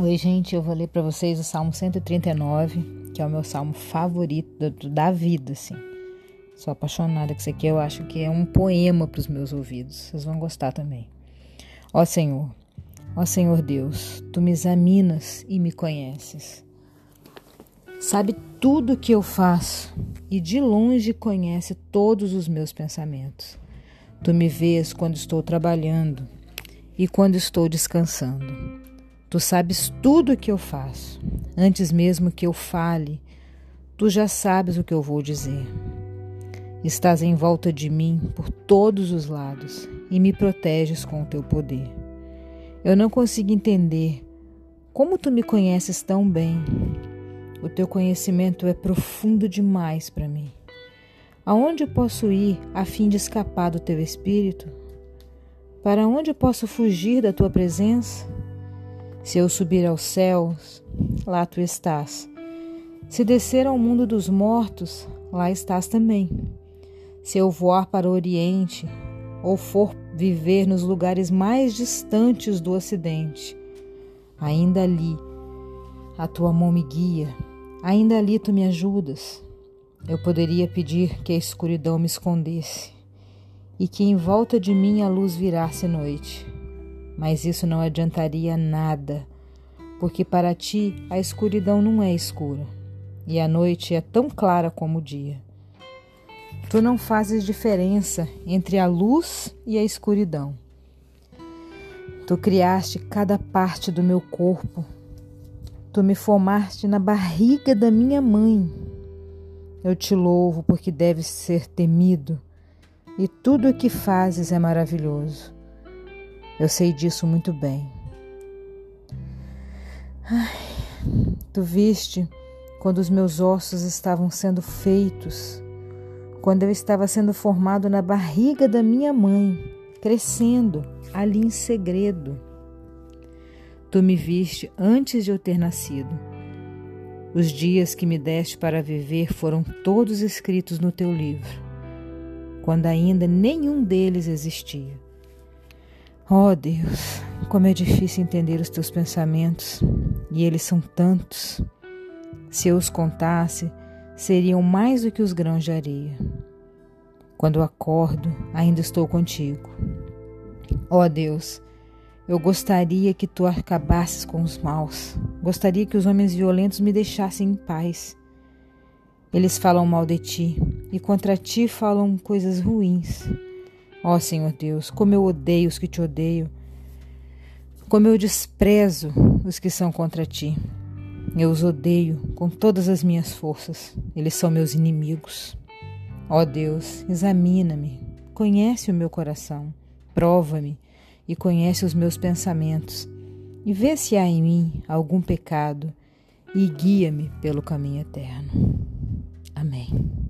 Oi, gente, eu vou ler para vocês o Salmo 139, que é o meu salmo favorito da vida, assim. Sou apaixonada com isso aqui, eu acho que é um poema para os meus ouvidos. Vocês vão gostar também. Ó Senhor Deus, Tu me examinas e me conheces. Sabe tudo o que eu faço e de longe conhece todos os meus pensamentos. Tu me vês quando estou trabalhando e quando estou descansando. Tu sabes tudo o que eu faço. Antes mesmo que eu fale, Tu já sabes o que eu vou dizer. Estás em volta de mim por todos os lados e me proteges com o Teu poder. Eu não consigo entender como Tu me conheces tão bem. O Teu conhecimento é profundo demais para mim. Aonde posso ir a fim de escapar do Teu Espírito? Para onde posso fugir da Tua presença? Se eu subir aos céus, lá Tu estás. Se descer ao mundo dos mortos, lá estás também. Se eu voar para o Oriente, ou for viver nos lugares mais distantes do Ocidente, ainda ali a Tua mão me guia, ainda ali Tu me ajudas. Eu poderia pedir que a escuridão me escondesse e que em volta de mim a luz virasse noite. Mas isso não adiantaria nada, porque para Ti a escuridão não é escura e a noite é tão clara como o dia. Tu não fazes diferença entre a luz e a escuridão. Tu criaste cada parte do meu corpo. Tu me formaste na barriga da minha mãe. Eu Te louvo porque deves ser temido e tudo o que fazes é maravilhoso. Eu sei disso muito bem. Tu viste quando os meus ossos estavam sendo feitos, quando eu estava sendo formado na barriga da minha mãe, crescendo ali em segredo. Tu me viste antes de eu ter nascido. Os dias que me deste para viver foram todos escritos no Teu livro, quando ainda nenhum deles existia. Oh Deus, como é difícil entender os Teus pensamentos, e eles são tantos. Se eu os contasse, seriam mais do que os grãos de areia. Quando acordo, ainda estou contigo. Oh Deus, eu gostaria que Tu acabasses com os maus. Gostaria que os homens violentos me deixassem em paz. Eles falam mal de Ti e contra Ti falam coisas ruins. Ó Senhor Deus, como eu odeio os que Te odeiam, como eu desprezo os que são contra Ti. Eu os odeio com todas as minhas forças, eles são meus inimigos. Ó Deus, examina-me, conhece o meu coração, prova-me e conhece os meus pensamentos, e vê se há em mim algum pecado, e guia-me pelo caminho eterno. Amém.